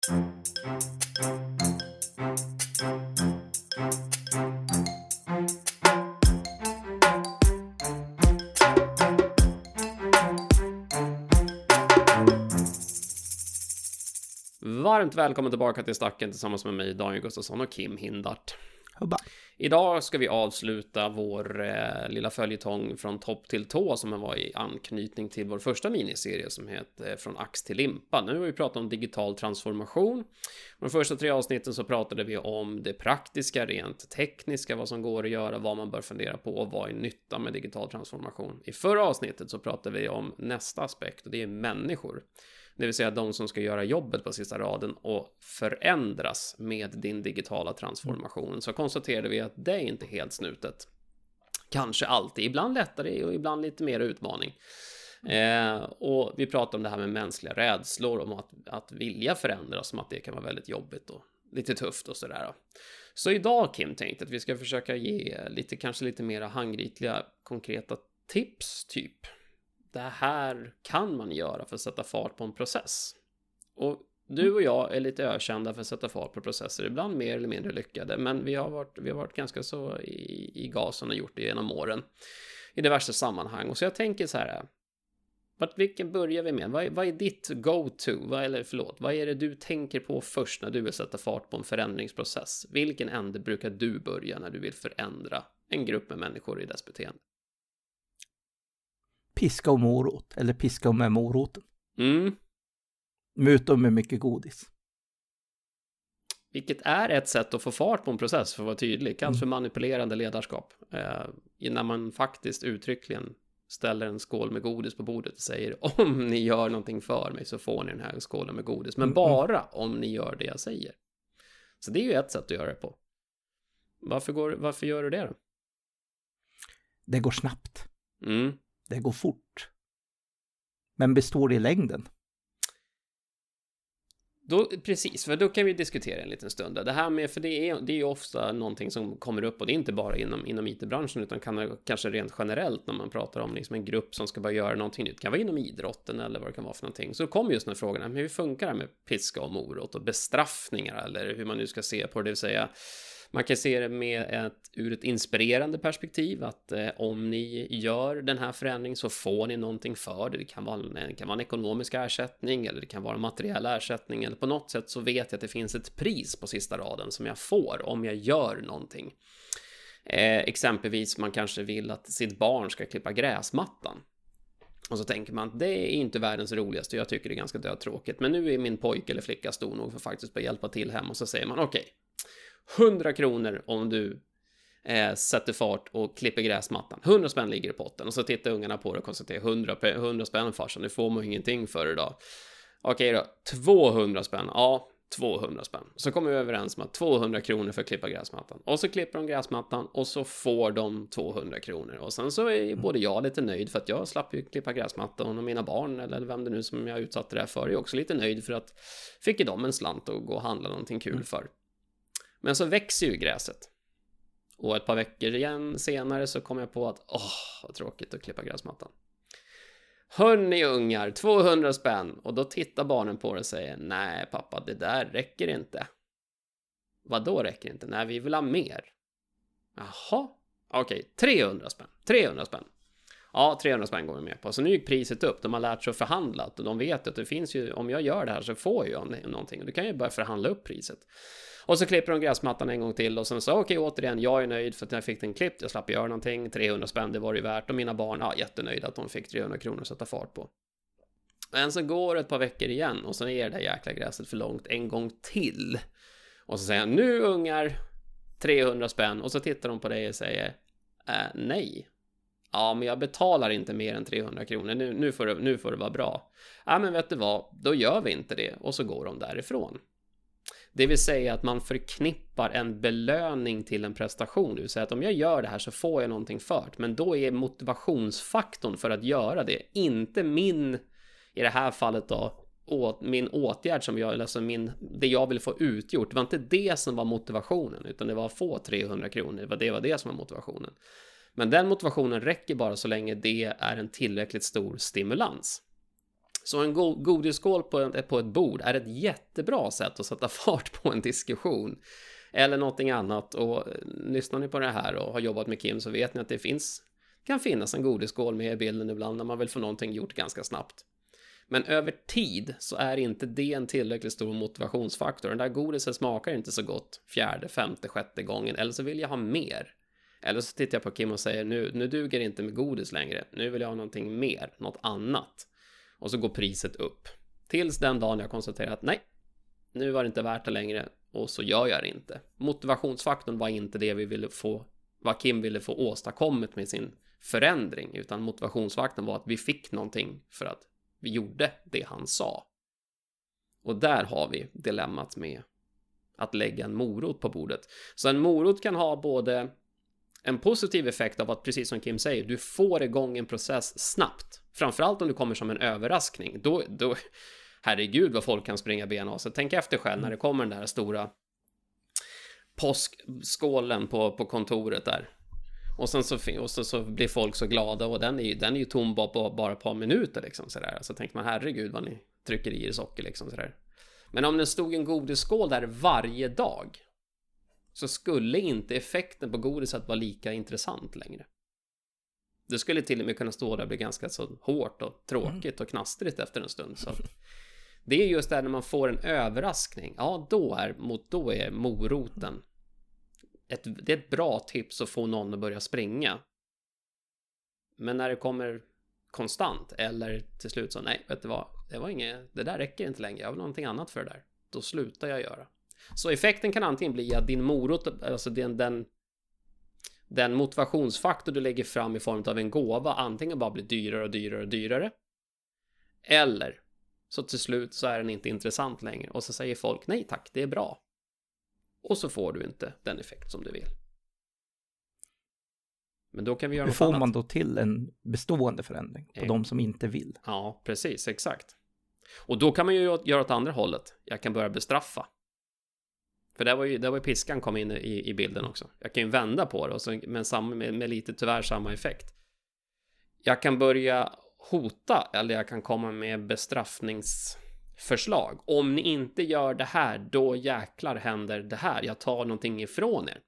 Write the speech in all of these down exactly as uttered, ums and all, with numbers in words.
Varmt välkommen tillbaka till Stacken tillsammans med mig, Daniel Gustafsson och Kim Hindart. Hubba. Idag ska vi avsluta vår eh, lilla följetong från topp till tå som var i anknytning till vår första miniserie som heter eh, Från ax till limpa. Nu har vi pratat om digital transformation. I de första tre avsnitten så pratade vi om det praktiska, rent tekniska, vad som går att göra, vad man bör fundera på och vad är nytta med digital transformation. I förra avsnittet så pratade vi om nästa aspekt och det är människor. Det vill säga de som ska göra jobbet på sista raden och förändras med din digitala transformation. Så konstaterade vi att det är inte helt snutet. Kanske alltid, ibland lättare och ibland lite mer utmaning. Eh, och vi pratade om det här med mänskliga rädslor, om att, att vilja förändras, som att det kan vara väldigt jobbigt och lite tufft och sådär. Så idag, Kim, tänkte att vi ska försöka ge lite, kanske lite mer handgripliga, konkreta tips typ. Det här kan man göra för att sätta fart på en process. Och du och jag är lite ökända för att sätta fart på processer. Ibland mer eller mindre lyckade. Men vi har varit, vi har varit ganska så i, i gasen och gjort det genom åren. I diverse sammanhang. Och så jag tänker så här. Vart, vilken börjar vi med? Vad är, vad är ditt go-to? Vad, eller förlåt, vad är det du tänker på först när du vill sätta fart på en förändringsprocess? Vilken ände brukar du börja när du vill förändra en grupp med människor i dess beteende? Piska och morot, eller piska med moroten. Mm. Muta med mycket godis. Vilket är ett sätt att få fart på en process, för att vara tydlig. Kallas för manipulerande ledarskap. Eh, när man faktiskt uttryckligen ställer en skål med godis på bordet och säger om ni gör någonting för mig så får ni den här skålen med godis. Men bara om ni gör det jag säger. Så det är ju ett sätt att göra det på. Varför, går, varför gör du det då? Det går snabbt. Mm. Det går fort. Men består det i längden? Då, precis, för då kan vi diskutera en liten stund. Det här med, för det är, det är ju ofta någonting som kommer upp, och det är inte bara inom, inom I T-branschen utan kan, kanske rent generellt när man pratar om liksom en grupp som ska bara göra någonting nytt. Det kan vara inom idrotten eller vad det kan vara för någonting. Så kommer just den här frågan, men hur funkar det med piska och morot och bestraffningar eller hur man nu ska se på det, det vill säga man kan se det med ett, ur ett inspirerande perspektiv att eh, om ni gör den här förändringen så får ni någonting för det. Det kan vara, en, det kan vara en ekonomisk ersättning eller det kan vara en materiell ersättning eller på något sätt så vet jag att det finns ett pris på sista raden som jag får om jag gör någonting. Eh, exempelvis man kanske vill att sitt barn ska klippa gräsmattan. Och så tänker man att det är inte världens roligaste, jag tycker det är ganska dödtråkigt. Men nu är min pojke eller flicka stor nog för att faktiskt börja hjälpa till hem och så säger man okej. Okay, hundra kronor om du eh, sätter fart och klipper gräsmattan. hundra spänn ligger i potten. Och så tittar ungarna på det och konstaterar hundra, hundra spänn farsan, nu får man ingenting för idag. Okej då, tvåhundra spänn. Ja, tvåhundra spänn. Så kommer vi överens om att tvåhundra kronor för att klippa gräsmattan. Och så klipper de gräsmattan och så får de tvåhundra kronor. Och sen så är både jag lite nöjd för att jag slapp ju klippa gräsmattan och mina barn eller vem det nu som jag utsatte det här för är också lite nöjd för att fick de en slant och gå och handla någonting kul för. Men så växer ju gräset. Och ett par veckor igen senare så kom jag på att åh, vad tråkigt att klippa gräsmattan. Hörni ungar, tvåhundra spänn. Och då tittar barnen på det och säger nej pappa, det där räcker inte. Vad då räcker inte? Nej, vi vill ha mer. Jaha, okej, trehundra spänn. trehundra spänn. Ja, trehundra spänn går vi med på. Så nu gick priset upp. De har lärt sig att förhandla. Och de vet att det finns ju, om jag gör det här så får jag någonting. Och du kan ju bara förhandla upp priset. Och så klipper de gräsmattan en gång till och sen så okej, återigen, jag är nöjd för att jag fick den klippt, jag slapp göra någonting, trehundra spänn, det var det värt och mina barn, ja, jättenöjda att de fick trehundra kronor att sätta fart på. Men så går det ett par veckor igen och så är det här jäkla gräset för långt en gång till. Och så säger jag, nu ungar, trehundra spänn och så tittar de på dig och säger, äh, nej. Ja, men jag betalar inte mer än trehundra kronor, nu, nu, får det, nu får det vara bra. Ja, men vet du vad, då gör vi inte det och så går de därifrån. Det vill säga att man förknippar en belöning till en prestation. Det vill säga att om jag gör det här så får jag någonting fört. Men då är motivationsfaktorn för att göra det inte min, i det här fallet då, å, min åtgärd som jag, alltså min, det jag vill få utgjort. Det var inte det som var motivationen, utan det var att få trehundra kronor. Det var det, var det som var motivationen. Men den motivationen räcker bara så länge det är en tillräckligt stor stimulans. Så en go- godisskål på ett, på ett bord är ett jättebra sätt att sätta fart på en diskussion. Eller någonting annat. Och lyssnar ni på det här och har jobbat med Kim så vet ni att det finns, kan finnas en godisskål med i bilden ibland när man vill få någonting gjort ganska snabbt. Men över tid så är inte det en tillräckligt stor motivationsfaktor. Den där godiset smakar inte så gott fjärde, femte, sjätte gången. Eller så vill jag ha mer. Eller så tittar jag på Kim och säger nu, nu duger det inte med godis längre. Nu vill jag ha någonting mer, något annat. Och så går priset upp. Tills den dagen jag konstaterar att nej, nu var det inte värt det längre. Och så gör jag det inte. Motivationsfaktorn var inte det vi ville få, vad Kim ville få åstadkommit med sin förändring. Utan motivationsfaktorn var att vi fick någonting för att vi gjorde det han sa. Och där har vi dilemmat med att lägga en morot på bordet. Så en morot kan ha både en positiv effekt av att, precis som Kim säger, du får igång en process snabbt. Framförallt om du kommer som en överraskning. Då, då herregud vad folk kan springa ben av. Så tänk efter själv när det kommer den där stora påskskålen på, på kontoret där. Och sen så, och så, så blir folk så glada och den är ju, den är ju tom bara på bara ett par minuter liksom sådär. Så tänker man herregud vad ni trycker i er socker liksom sådär. Men om det stod en godisskål där varje dag så skulle inte effekten på godiset vara lika intressant längre. Det skulle till och med kunna stå där och bli ganska så hårt och tråkigt och knastrigt efter en stund. Så det är just där när man får en överraskning. Ja, då är, mot, då är moroten ett, det är ett bra tips att få någon att börja springa. Men när det kommer konstant eller till slut så nej, vet du vad, det var inget, det där räcker inte längre, jag vill någonting annat för det där. Då slutar jag göra. Så effekten kan antingen bli att din morot, alltså den, den, den motivationsfaktor du lägger fram i form av en gåva antingen bara blir dyrare och dyrare och dyrare. Eller så till slut så är den inte intressant längre och så säger folk nej tack, det är bra. Och så får du inte den effekt som du vill. Men då kan vi göra Hur något får annat. man då till en bestående förändring på Mm. de som inte vill? Ja, precis, exakt. Och då kan man ju göra åt andra hållet. Jag kan börja bestraffa. För där var ju, där var ju piskan kom in i, i bilden också. Jag kan ju vända på det, och så, men samma, med, med lite tyvärr samma effekt. Jag kan börja hota, eller jag kan komma med bestraffningsförslag. Om ni inte gör det här, då jäklar händer det här. Jag tar någonting ifrån er.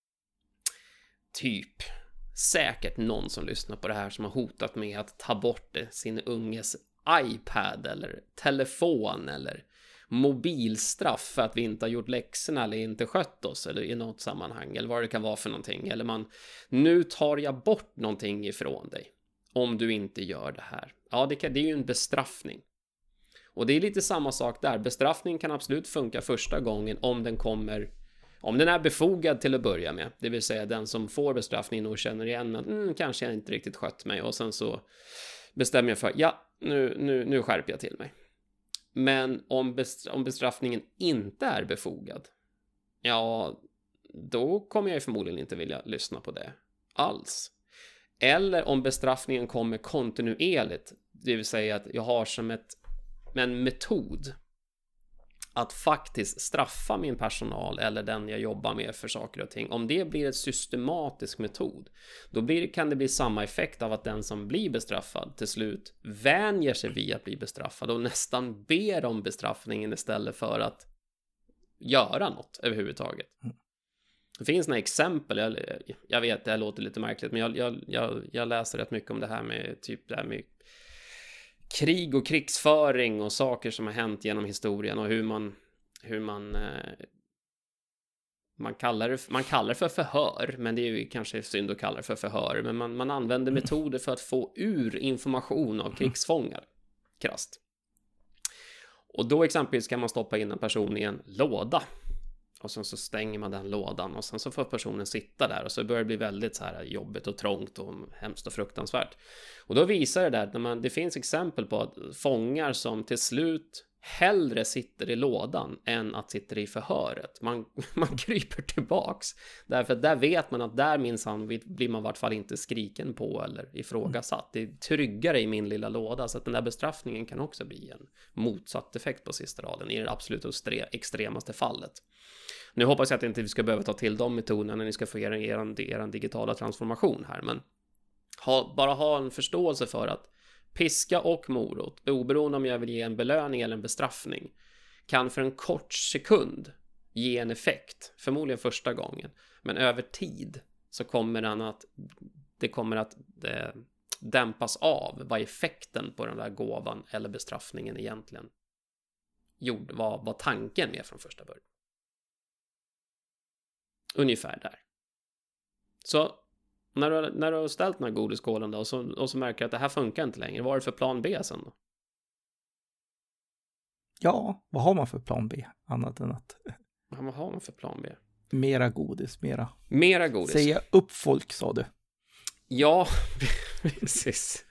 Typ, säkert någon som lyssnar på det här som har hotat med att ta bort sin unges iPad eller telefon eller mobilstraff för att vi inte har gjort läxorna eller inte skött oss eller i något sammanhang eller vad det kan vara för någonting. Eller man, nu tar jag bort någonting ifrån dig om du inte gör det här. Ja, det, kan, det är ju en bestraffning. Och det är lite samma sak där. Bestraffning kan absolut funka första gången om den kommer, om den är befogad till att börja med. Det vill säga den som får bestraffningen och känner igen att mm, kanske jag inte riktigt skött mig och sen så bestämmer jag för ja, nu, nu, nu skärper jag till mig. Men om, best- om bestraffningen inte är befogad, ja, då kommer jag förmodligen inte vilja lyssna på det alls. Eller om bestraffningen kommer kontinuerligt, det vill säga att jag har som ett, en metod att faktiskt straffa min personal eller den jag jobbar med för saker och ting. Om det blir en systematisk metod, då blir, kan det bli samma effekt av att den som blir bestraffad till slut vänjer sig vid att bli bestraffad och nästan ber om bestraffningen istället för att göra något överhuvudtaget. Det finns några exempel, jag, jag vet det här låter lite märkligt, men jag, jag, jag, jag läser rätt mycket om det här med typ det här med krig och krigsföring och saker som har hänt genom historien och hur man hur man eh, man kallar det man kallar det för förhör, men det är ju kanske synd att kalla det för förhör, men man, man använder metoder för att få ur information av krigsfångar krasst. Och då exempelvis kan man stoppa in en person i en låda och sen så stänger man den lådan och sen så får personen sitta där och så börjar det bli väldigt så här jobbigt och trångt och hemskt och fruktansvärt. Och då visar det där att när man, det finns exempel på att fångar som till slut hellre sitter i lådan än att sitta i förhöret. Man, man kryper tillbaks. Därför att där vet man att där minsann blir man i vart fall inte skriken på eller ifrågasatt. Det är tryggare i min lilla låda, så att den där bestraffningen kan också bli en motsatt effekt på sista raden i det absolut extremaste fallet. Nu hoppas jag att inte vi ska behöva ta till de metoderna när ni ska få er, er, er digitala transformation här, men ha, bara ha en förståelse för att piska och morot, oberoende om jag vill ge en belöning eller en bestraffning, kan för en kort sekund ge en effekt, förmodligen första gången, men över tid så kommer den att det kommer att det, dämpas av vad effekten på den där gåvan eller bestraffningen egentligen gjorde, vad, vad tanken med från första början. Ungefär där. Så när du, när du har ställt den här godisskålen då, och, så, och så märker att det här funkar inte längre, vad är det för plan B sen då? Ja, vad har man för plan B? Annat än att... Ja, vad har man för plan B? Mera godis, mera... Mera godis. Säga upp folk, sa du. Ja, precis.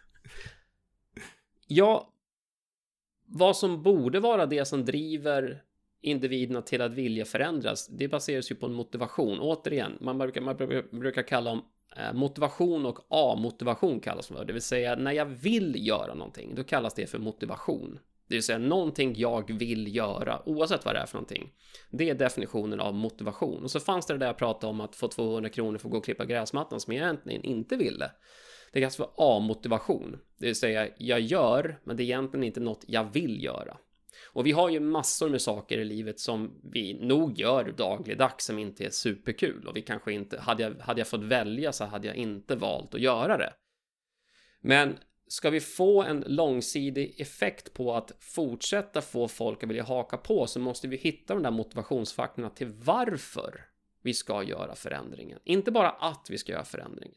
Ja, vad som borde vara det som driver individerna till att vilja förändras, det baseras ju på en motivation. Återigen, man brukar, man brukar kalla om eh, motivation och A-motivation kallas för. Det vill säga, när jag vill göra någonting, då kallas det för motivation. Det vill säga, någonting jag vill göra, oavsett vad det är för någonting. Det är definitionen av motivation. Och så fanns det där jag pratade om att få tvåhundra kronor för att gå och klippa gräsmattan som jag egentligen inte ville. Det kallas för A-motivation. Det vill säga, jag gör, men det är egentligen inte något jag vill göra. Och vi har ju massor med saker i livet som vi nog gör dagligdags som inte är superkul. Och vi kanske inte, hade jag, hade jag fått välja så hade jag inte valt att göra det. Men ska vi få en långsidig effekt på att fortsätta få folk att vilja haka på, så måste vi hitta de där motivationsfaktorerna till varför vi ska göra förändringen. Inte bara att vi ska göra förändringen.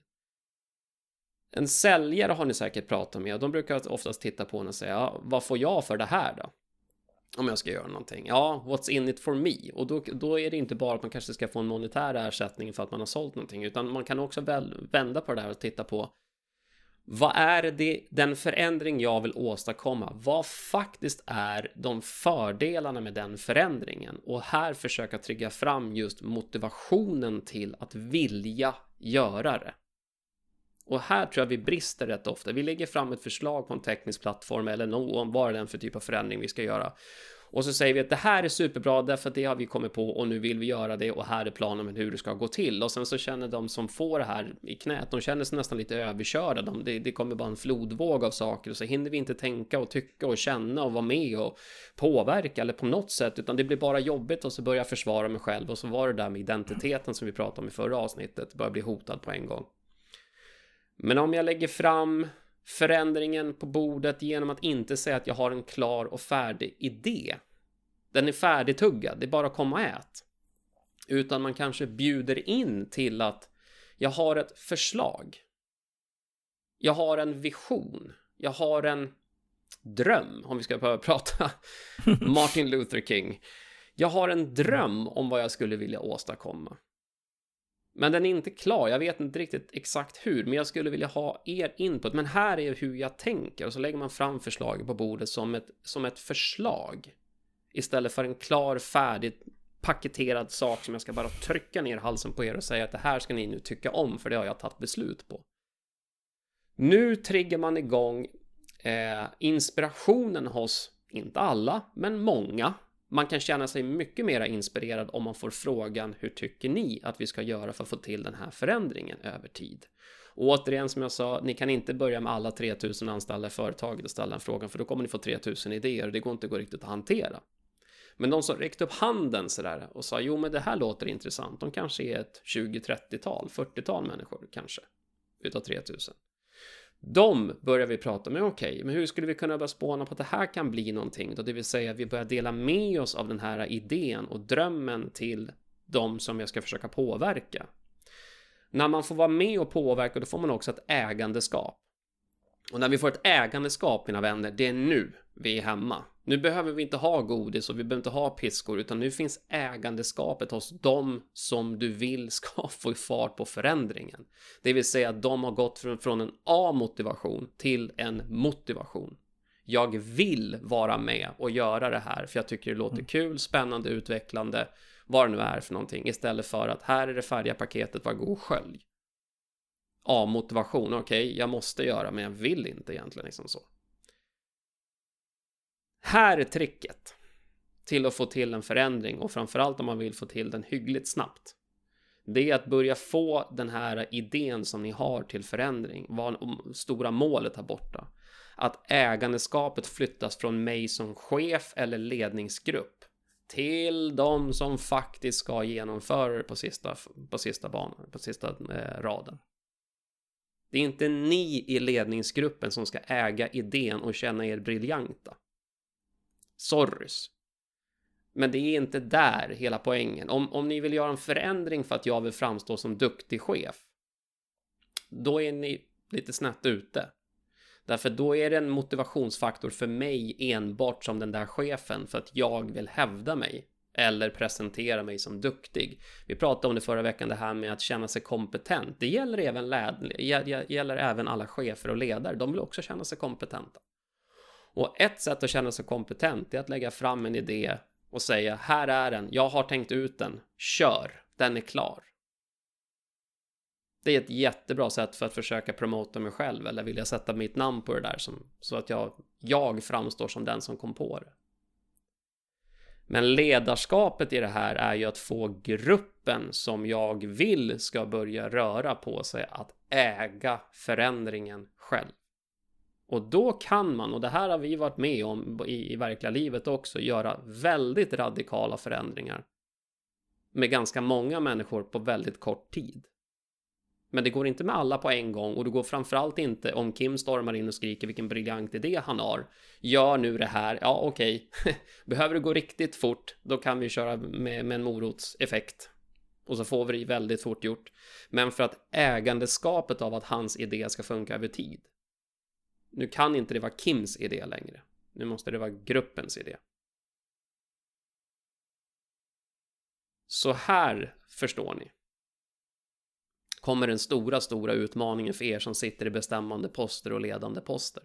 En säljare har ni säkert pratat med, och de brukar oftast titta på en och säga, ja, vad får jag för det här då? Om jag ska göra någonting. Ja, what's in it for me? Och då, då är det inte bara att man kanske ska få en monetär ersättning för att man har sålt någonting, utan man kan också väl, vända på det här och titta på, vad är det, den förändring jag vill åstadkomma? Vad faktiskt är de fördelarna med den förändringen? Och här försöka trigga fram just motivationen till att vilja göra det. Och här tror jag vi brister rätt ofta. Vi lägger fram ett förslag på en teknisk plattform eller någon, vad det är för typ av förändring vi ska göra. Och så säger vi att det här är superbra därför att det har vi kommit på och nu vill vi göra det och här är planen med hur det ska gå till. Och sen så känner de som får det här i knät, de känner sig nästan lite överkörda. De, det, det kommer bara en flodvåg av saker och så hinner vi inte tänka och tycka och känna och vara med och påverka eller på något sätt, utan det blir bara jobbigt och så börjar jag försvara mig själv och så var det där med identiteten som vi pratade om i förra avsnittet börjar bli hotad på en gång. Men om jag lägger fram förändringen på bordet genom att inte säga att jag har en klar och färdig idé. Den är färdigtuggad, det är bara att komma och ät. Utan man kanske bjuder in till att jag har ett förslag. Jag har en vision. Jag har en dröm, om vi ska börja prata Martin Luther King. Jag har en dröm om vad jag skulle vilja åstadkomma. Men den är inte klar, jag vet inte riktigt exakt hur, men jag skulle vilja ha er input. Men här är hur jag tänker, och så lägger man fram förslaget på bordet som ett, som ett förslag. Istället för en klar, färdig, paketerad sak som jag ska bara trycka ner halsen på er och säga att det här ska ni nu tycka om, för det har jag tagit beslut på. Nu triggar man igång eh, inspirationen hos, inte alla, men många. Man kan känna sig mycket mer inspirerad om man får frågan, hur tycker ni att vi ska göra för att få till den här förändringen över tid? Och återigen som jag sa, ni kan inte börja med alla tre tusen anställda i företaget och ställa en fråga, för då kommer ni få tre tusen idéer och det går inte gå riktigt att hantera. Men de som räckte upp handen sådär och sa, jo men det här låter intressant, de kanske är ett tjugo-trettiotal, fyrtiotal människor kanske, utav tre tusen. De börjar vi prata med, okej, okay, men hur skulle vi kunna börja spåna på att det här kan bli någonting då? Det vill säga vi börjar dela med oss av den här idén och drömmen till de som jag ska försöka påverka. När man får vara med och påverka, då får man också ett ägandeskap. Och när vi får ett ägandeskap, mina vänner, det är nu vi är hemma. Nu behöver vi inte ha godis och vi behöver inte ha piskor, utan nu finns ägandeskapet hos dem som du vill ska få fart på förändringen. Det vill säga att de har gått från, från en A-motivation till en motivation. Jag vill vara med och göra det här för jag tycker det låter kul, spännande, utvecklande, vad det nu är för någonting. Istället för att här är det färdiga paketet, var god skölj. A-motivation, okej, okay, jag måste göra men jag vill inte egentligen liksom så. Här är tricket till att få till en förändring, och framförallt om man vill få till den hyggligt snabbt. Det är att börja få den här idén som ni har till förändring, vad stora målet här borta, att ägandeskapet flyttas från mig som chef eller ledningsgrupp till de som faktiskt ska genomföra det på sista, på sista banan, på sista eh, raden. Det är inte ni i ledningsgruppen som ska äga idén och känna er briljanta. Sorrys. Men det är inte där hela poängen. Om, om ni vill göra en förändring för att jag vill framstå som duktig chef, då är ni lite snett ute. Därför då är det en motivationsfaktor för mig enbart som den där chefen för att jag vill hävda mig eller presentera mig som duktig. Vi pratade om det förra veckan, det här med att känna sig kompetent. Det gäller även, led, gäller även alla chefer och ledare. De vill också känna sig kompetenta. Och ett sätt att känna sig kompetent är att lägga fram en idé och säga, här är den, jag har tänkt ut den, kör, den är klar. Det är ett jättebra sätt för att försöka promota mig själv eller vilja sätta mitt namn på det där som, så att jag, jag framstår som den som kom på det. Men ledarskapet i det här är ju att få gruppen som jag vill ska börja röra på sig att äga förändringen själv. Och då kan man, och det här har vi varit med om i, i verkliga livet också, göra väldigt radikala förändringar med ganska många människor på väldigt kort tid. Men det går inte med alla på en gång, och det går framförallt inte om Kim stormar in och skriker vilken briljant idé han har. Gör nu det här, ja okej. Behöver det gå riktigt fort, då kan vi köra med, med en morotseffekt. Och så får vi det väldigt fort gjort. Men för att ägandeskapet av att hans idé ska funka över tid. Nu kan inte det vara Kims idé längre. Nu måste det vara gruppens idé. Så här förstår ni. Kommer den stora, stora utmaningen för er som sitter i bestämmande poster och ledande poster.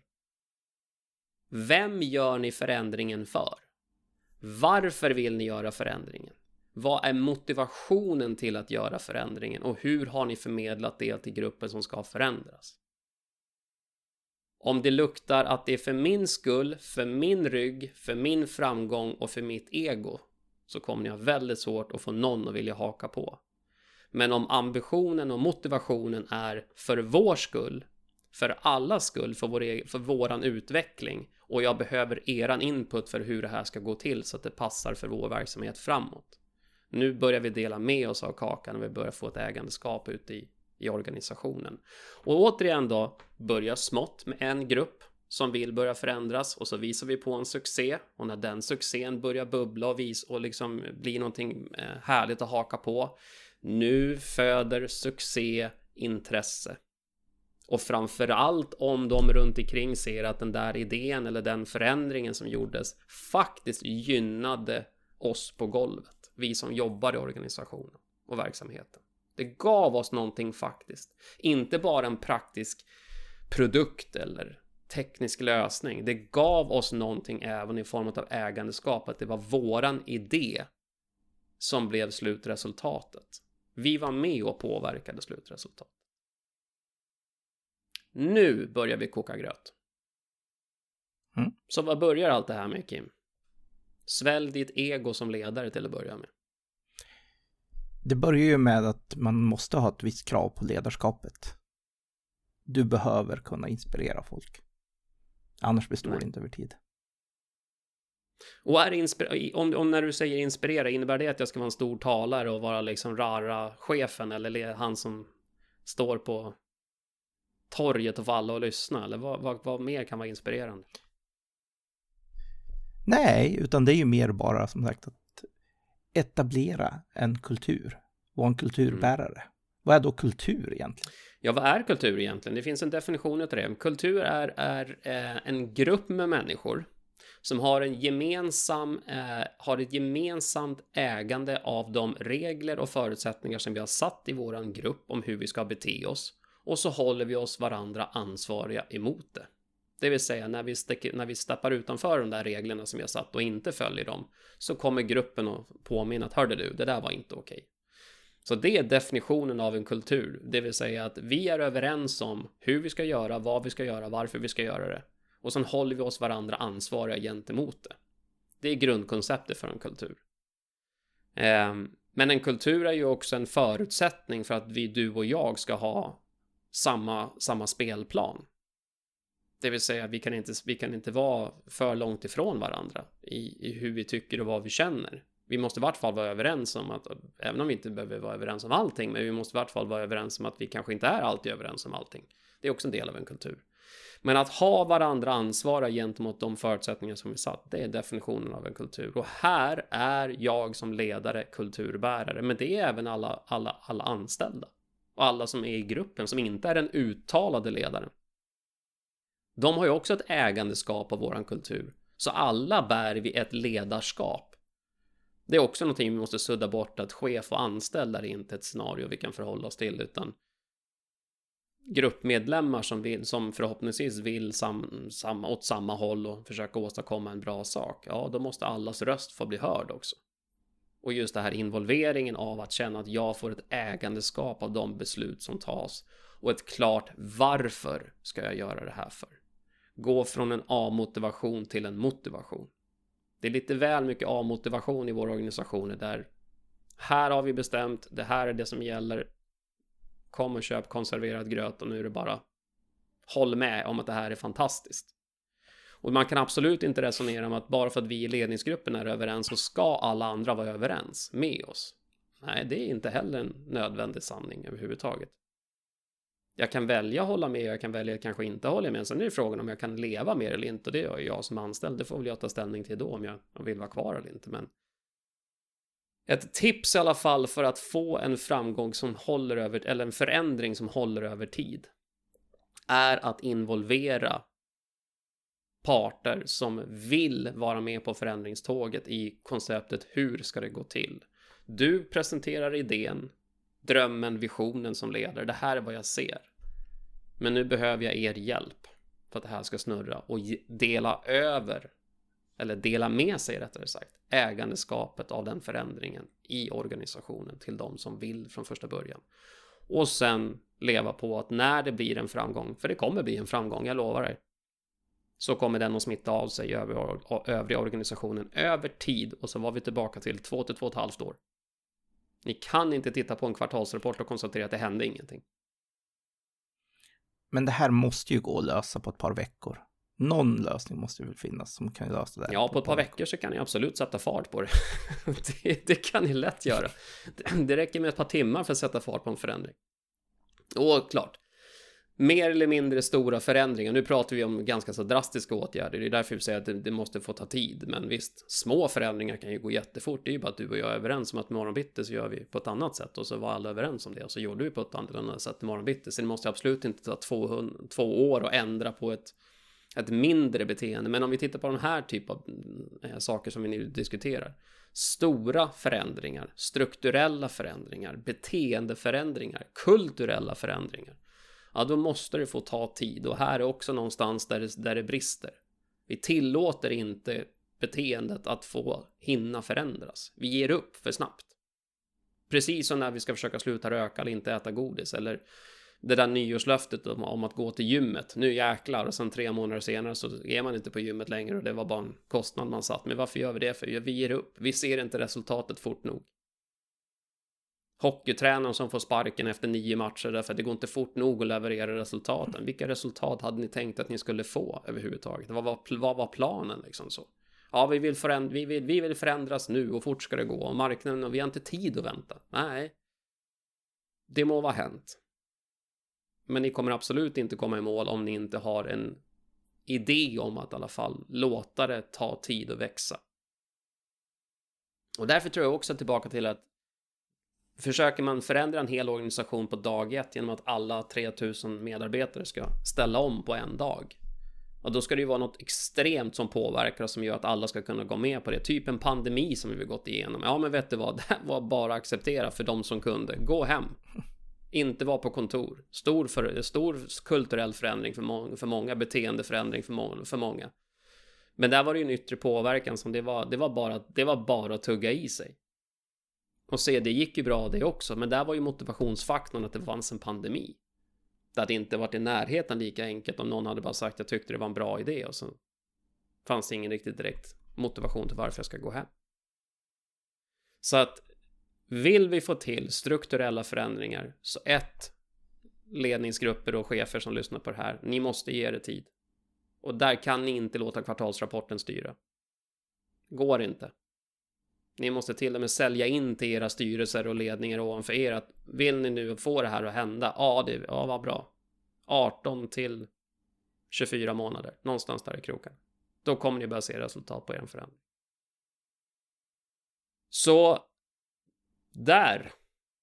Vem gör ni förändringen för? Varför vill ni göra förändringen? Vad är motivationen till att göra förändringen? Och hur har ni förmedlat det till gruppen som ska förändras? Om det luktar att det är för min skull, för min rygg, för min framgång och för mitt ego, så kommer ni ha väldigt svårt att få någon att vilja haka på. Men om ambitionen och motivationen är för vår skull, för allas skull, för, vår, för våran utveckling, och jag behöver eran input för hur det här ska gå till så att det passar för vår verksamhet framåt. Nu börjar vi dela med oss av kakan och vi börjar få ett ägandeskap ute i, i organisationen. Och återigen då, börja smått med en grupp som vill börja förändras, och så visar vi på en succé, och när den succén börjar bubbla och vis och liksom blir någonting härligt att haka på, nu föder succé intresse. Och framförallt om de runt omkring ser att den där idén eller den förändringen som gjordes faktiskt gynnade oss på golvet. Vi som jobbar i organisationen och verksamheten. Det gav oss någonting faktiskt. Inte bara en praktisk produkt eller teknisk lösning. Det gav oss någonting även i form av ägandeskap. Att det var våran idé som blev slutresultatet. Vi var med och påverkade slutresultatet. Nu börjar vi koka gröt. Mm. Så vad börjar allt det här med, Kim? Svälj ditt ego som ledare till att börja med. Det börjar ju med att man måste ha ett visst krav på ledarskapet. Du behöver kunna inspirera folk. Annars består det inte över tid. Och är inspir- om, om när du säger inspirera, innebär det att jag ska vara en stor talare och vara liksom rara chefen, eller han som står på torget och får alla att lyssna, eller vad, vad, vad mer kan vara inspirerande? Nej, utan det är ju mer bara som sagt att etablera en kultur, vara en kulturbärare. Mm. Vad är då kultur egentligen? Ja, vad är kultur egentligen? Det finns en definition av det. Kultur är, är eh, en grupp med människor som har en gemensam eh, har ett gemensamt ägande av de regler och förutsättningar som vi har satt i våran grupp om hur vi ska bete oss, och så håller vi oss varandra ansvariga emot det. Det vill säga när vi, stäcker, när vi steppar utanför de där reglerna som vi har satt och inte följer dem, så kommer gruppen att påminna att hörde du, det där var inte okej. Så det är definitionen av en kultur. Det vill säga att vi är överens om hur vi ska göra, vad vi ska göra, varför vi ska göra det. Och sen håller vi oss varandra ansvariga gentemot det. Det är grundkonceptet för en kultur. Men en kultur är ju också en förutsättning för att vi, du och jag, ska ha samma, samma spelplan. Det vill säga, vi kan inte, vi kan inte vara för långt ifrån varandra i, i hur vi tycker och vad vi känner. Vi måste i vart fall vara överens om att, även om vi inte behöver vara överens om allting, men vi måste i vart fall vara överens om att vi kanske inte är alltid överens om allting. Det är också en del av en kultur. Men att ha varandra ansvara gentemot de förutsättningar som vi satt, det är definitionen av en kultur. Och här är jag som ledare kulturbärare, men det är även alla, alla, alla anställda. Och alla som är i gruppen, som inte är den uttalade ledaren. De har ju också ett ägandeskap av våran kultur. Så alla bär vi ett ledarskap. Det är också någonting vi måste sudda bort, att chef och anställd är inte ett scenario vi kan förhålla oss till, utan gruppmedlemmar som, vill, som förhoppningsvis vill sam, sam, åt samma håll och försöka åstadkomma en bra sak. Ja, då måste allas röst få bli hörd också. Och just det här involveringen av att känna att jag får ett ägandeskap av de beslut som tas. Och ett klart varför ska jag göra det här för. Gå från en A-motivation till en motivation. Det är lite väl mycket A-motivation i våra organisationer där här har vi bestämt, det här är det som gäller. Kom och köp konserverad gröt och nu är det bara håll med om att det här är fantastiskt. Och man kan absolut inte resonera om att bara för att vi i ledningsgruppen är överens så ska alla andra vara överens med oss. Nej, det är inte heller en nödvändig sanning överhuvudtaget. Jag kan välja att hålla med, jag kan välja att kanske inte hålla med. Sen är det frågan om jag kan leva med eller inte. Och det gör jag som anställd. Det får väl jag ta ställning till då om jag vill vara kvar eller inte. Men ett tips i alla fall för att få en framgång som håller över, eller en förändring som håller över tid, är att involvera parter som vill vara med på förändringståget i konceptet hur ska det gå till. Du presenterar idén, drömmen, visionen som ledare. Det här är vad jag ser. Men nu behöver jag er hjälp för att det här ska snurra och dela över, eller dela med sig rättare sagt, ägandeskapet av den förändringen i organisationen till de som vill från första början. Och sen leva på att när det blir en framgång, för det kommer bli en framgång, jag lovar dig, så kommer den att smitta av sig över övriga organisationen över tid. Och så var vi tillbaka till två till två och ett halvt år. Ni kan inte titta på en kvartalsrapport och konstatera att det hände ingenting. Men det här måste ju gå att lösa på ett par veckor. Någon lösning måste ju väl finnas som kan lösa det här. Ja, på ett par veckor så kan ni absolut sätta fart på det. det. Det kan ni lätt göra. Det räcker med ett par timmar för att sätta fart på en förändring. Och klart, mer eller mindre stora förändringar. Nu pratar vi om ganska så drastiska åtgärder. Det är därför vi säger att det, det måste få ta tid. Men visst, små förändringar kan ju gå jättefort. Det är ju bara att du och jag är överens om att morgonbitti så gör vi på ett annat sätt. Och så var alla överens om det. Och så gjorde vi på ett annat sätt morgonbitti. Så det måste absolut inte ta två, två år och ändra på ett, ett mindre beteende. Men om vi tittar på den här typen av äh, saker som vi nu diskuterar. Stora förändringar, strukturella förändringar, beteendeförändringar, kulturella förändringar. Ja, då måste det få ta tid. Och här är också någonstans där det, där det brister. Vi tillåter inte beteendet att få hinna förändras. Vi ger upp för snabbt. Precis som när vi ska försöka sluta röka eller inte äta godis. Eller det där nyårslöftet om, om att gå till gymmet. Nu jäklar, och sen tre månader senare så är man inte på gymmet längre. Och det var bara en kostnad man satt. Men varför gör vi det? För vi ger upp. Vi ser inte resultatet fort nog. Hockeytränaren som får sparken efter nio matcher därför att det går inte fort nog att leverera resultaten. Vilka resultat hade ni tänkt att ni skulle få överhuvudtaget? Vad var, vad var planen liksom så? Ja, vi vill, föränd- vi, vill, vi vill förändras nu och fort ska det gå. Och marknaden, och vi har inte tid att vänta. Nej. Det må vara hänt. Men ni kommer absolut inte komma i mål om ni inte har en idé om att i alla fall låta det ta tid att växa. Och därför tror jag också tillbaka till att försöker man förändra en hel organisation på dag ett genom att alla tre tusen medarbetare ska ställa om på en dag. Och då ska det ju vara något extremt som påverkar och som gör att alla ska kunna gå med på det. Typ en pandemi som vi har gått igenom. Ja, men vet du vad? Det var bara att acceptera för de som kunde. Gå hem. Inte vara på kontor. Stor, för, stor kulturell förändring för, må- för många. Beteendeförändring för, må- för många. Men där var det ju en yttre påverkan som det var, det var, bara, det var bara att tugga i sig. Och se, det gick ju bra det också. Men där var ju motivationsfaktorn att det fanns en pandemi. Det hade inte varit i närheten lika enkelt om någon hade bara sagt jag tyckte det var en bra idé. Och så fanns det ingen riktigt direkt motivation till varför jag ska gå hem. Så att vill vi få till strukturella förändringar, så ett, ledningsgrupper och chefer som lyssnar på det här, ni måste ge er tid. Och där kan ni inte låta kvartalsrapporten styra. Går inte. Ni måste till och med sälja in till era styrelser och ledningar ovanför er att vill ni nu få det här att hända? Ja, det ja, var bra. arton till tjugofyra månader. Någonstans där i kroken. Då kommer ni börja se resultat på er förändring. Så där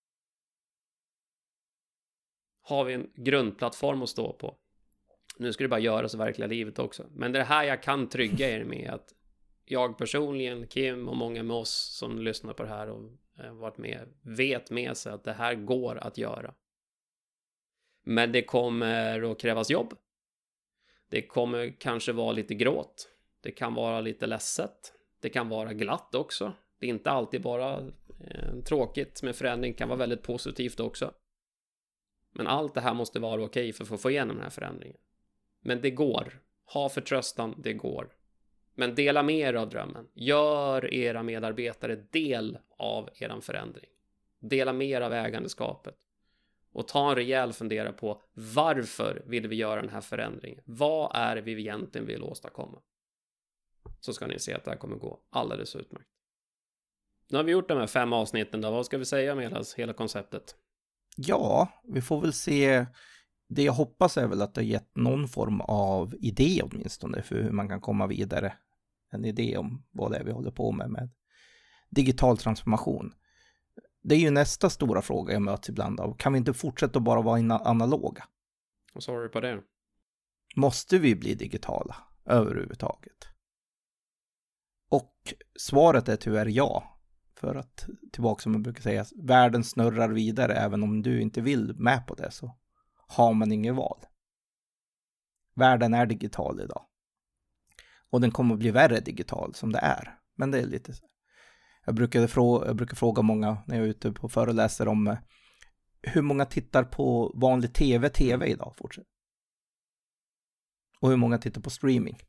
har vi en grundplattform att stå på. Nu ska det bara göras i verkliga livet också. Men det är här jag kan trygga er med att jag personligen, Kim och många med oss som lyssnar på det här och eh, varit med, vet med sig att det här går att göra. Men det kommer att krävas jobb. Det kommer kanske vara lite gråt. Det kan vara lite ledset. Det kan vara glatt också. Det är inte alltid bara eh, tråkigt med förändring. Det kan vara väldigt positivt också. Men allt det här måste vara okej för att få igenom den här förändringen. Men det går. Ha förtröstan, det går. Men dela med er av drömmen. Gör era medarbetare del av eran förändring. Dela med er av ägandeskapet. Och ta en rejäl fundera på varför vill vi göra den här förändringen? Vad är det vi egentligen vill åstadkomma? Så ska ni se att det här kommer gå alldeles utmärkt. Nu har vi gjort de här fem avsnitten då. Vad ska vi säga om hela, hela konceptet? Ja, vi får väl se. Det jag hoppas är väl att det har gett någon form av idé åtminstone för hur man kan komma vidare. En idé om vad det är vi håller på med med digital transformation. Det är ju nästa stora fråga jag möts ibland av. Kan vi inte fortsätta att bara vara analoga? Vad sa du på det? Måste vi bli digitala överhuvudtaget? Och svaret är tyvärr ja. För att, tillbaka som man brukar säga, världen snurrar vidare även om du inte vill med på det så har man inget val. Världen är digital idag. Och den kommer att bli värre digital som det är. Men det är lite så. Jag brukar fråga, jag brukar fråga många när jag är ute på föreläser om hur många tittar på vanlig tv, tv idag fortsätt. Och hur många tittar på streaming.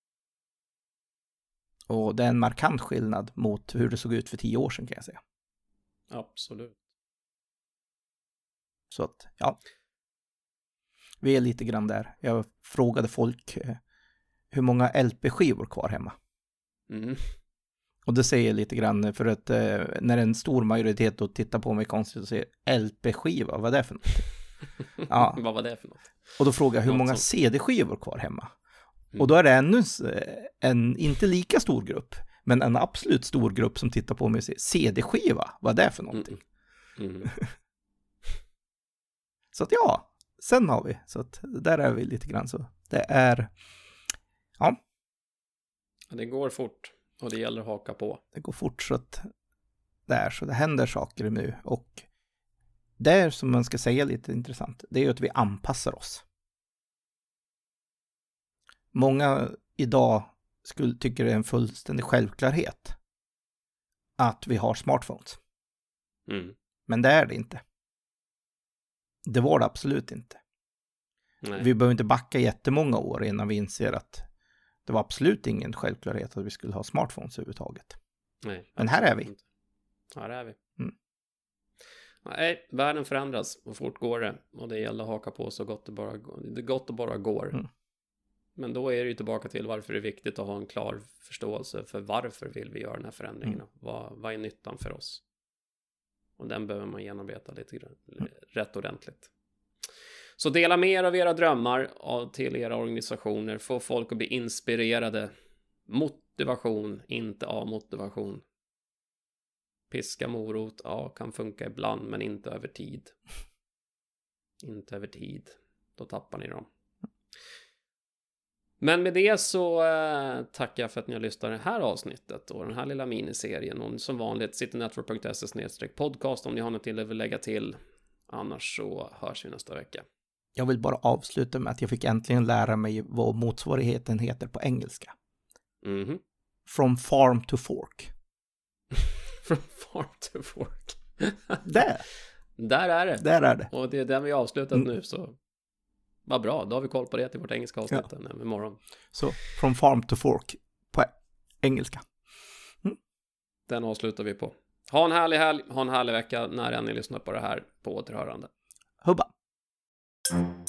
Och det är en markant skillnad mot hur det såg ut för tio år sedan kan jag säga. Absolut. Så att, ja. Vi är lite grann där. Jag frågade folk eh, hur många L P-skivor kvar hemma. Mm. Och det säger lite grann för att eh, när en stor majoritet då tittar på mig konstigt och säger L P-skiva, vad är det för något? Ja. Vad var det för något? Och då frågar jag hur något många som... C D-skivor kvar hemma. Mm. Och då är det ännu en inte lika stor grupp, men en absolut stor grupp som tittar på mig och säger C D-skiva, vad är det för någonting? Mm. Mm. Så att ja, sen har vi. Så att där är vi lite grann så. Det är, ja. Det går fort och det gäller att haka på. Det går fort så att det är så. Det händer saker nu och det som man ska säga lite intressant, det är ju att vi anpassar oss. Många idag skulle tycker det är en fullständig självklarhet att vi har smartphones. Mm. Men det är det inte. Det var det absolut inte. Nej. Vi behöver inte backa jättemånga år innan vi inser att det var absolut ingen självklarhet att vi skulle ha smartphones överhuvudtaget. Nej, men här är vi. Inte. Här är vi. Mm. Nej, världen förändras och fort går det. Och det gäller att haka på så gott det bara går. Det är gott och bara går. Mm. Men då är det ju tillbaka till varför det är viktigt att ha en klar förståelse för varför vill vi göra den här förändringen. Mm. Vad, vad är nyttan för oss? Och den behöver man genomarbeta lite mm. rätt ordentligt. Så dela med er av era drömmar till era organisationer. Få folk att bli inspirerade. Motivation, inte av motivation. Piska morot, ja, kan funka ibland, men inte över tid. Inte över tid. Då tappar ni dem. Men med det så eh, tackar jag för att ni har lyssnat på det här avsnittet och den här lilla miniserien. Och som vanligt, citynetwork punkt se snedstreck podcast om ni har något till att lägga till. Annars så hörs vi nästa vecka. Jag vill bara avsluta med att jag fick äntligen lära mig vad motsvarigheten heter på engelska. Mm-hmm. From farm to fork. From farm to fork. Där. Där är det. Där är det. Och det är den vi har avslutat mm. nu så... Vad bra, då har vi koll på det till vårt engelska avsnitt ja. imorgon. Så, from farm to fork på engelska. Mm. Den avslutar vi på. Ha en härlig helg, ha en härlig vecka när än ni lyssnar på det här på återhörande. Hubba!